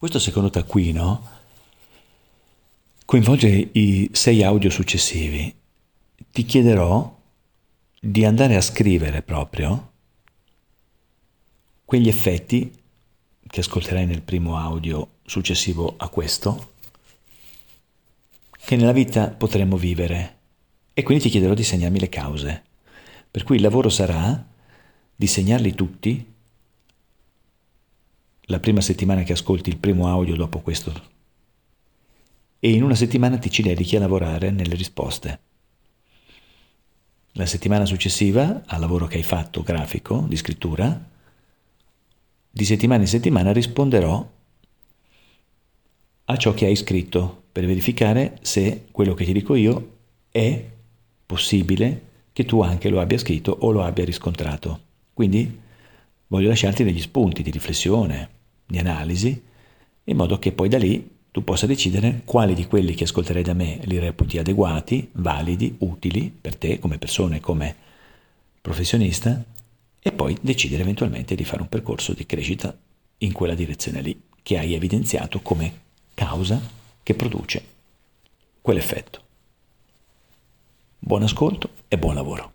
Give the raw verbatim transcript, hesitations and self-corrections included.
Questo secondo taccuino coinvolge i sei audio successivi. Ti chiederò di andare a scrivere proprio quegli effetti che ascolterai nel primo audio successivo a questo, che nella vita potremmo vivere, e quindi ti chiederò di segnarmi le cause. Per cui il lavoro sarà di segnarli tutti la prima settimana che ascolti il primo audio dopo questo, e in una settimana ti ci dedichi a lavorare nelle risposte. La settimana successiva al lavoro che hai fatto grafico, di scrittura, di settimana in settimana risponderò a ciò che hai scritto per verificare se quello che ti dico io è possibile che tu anche lo abbia scritto o lo abbia riscontrato. Quindi voglio lasciarti degli spunti di riflessione, di analisi, in modo che poi da lì tu possa decidere quali di quelli che ascolterai da me li reputi adeguati, validi, utili per te come persona e come professionista, e poi decidere eventualmente di fare un percorso di crescita in quella direzione lì che hai evidenziato come causa che produce quell'effetto. Buon ascolto e buon lavoro.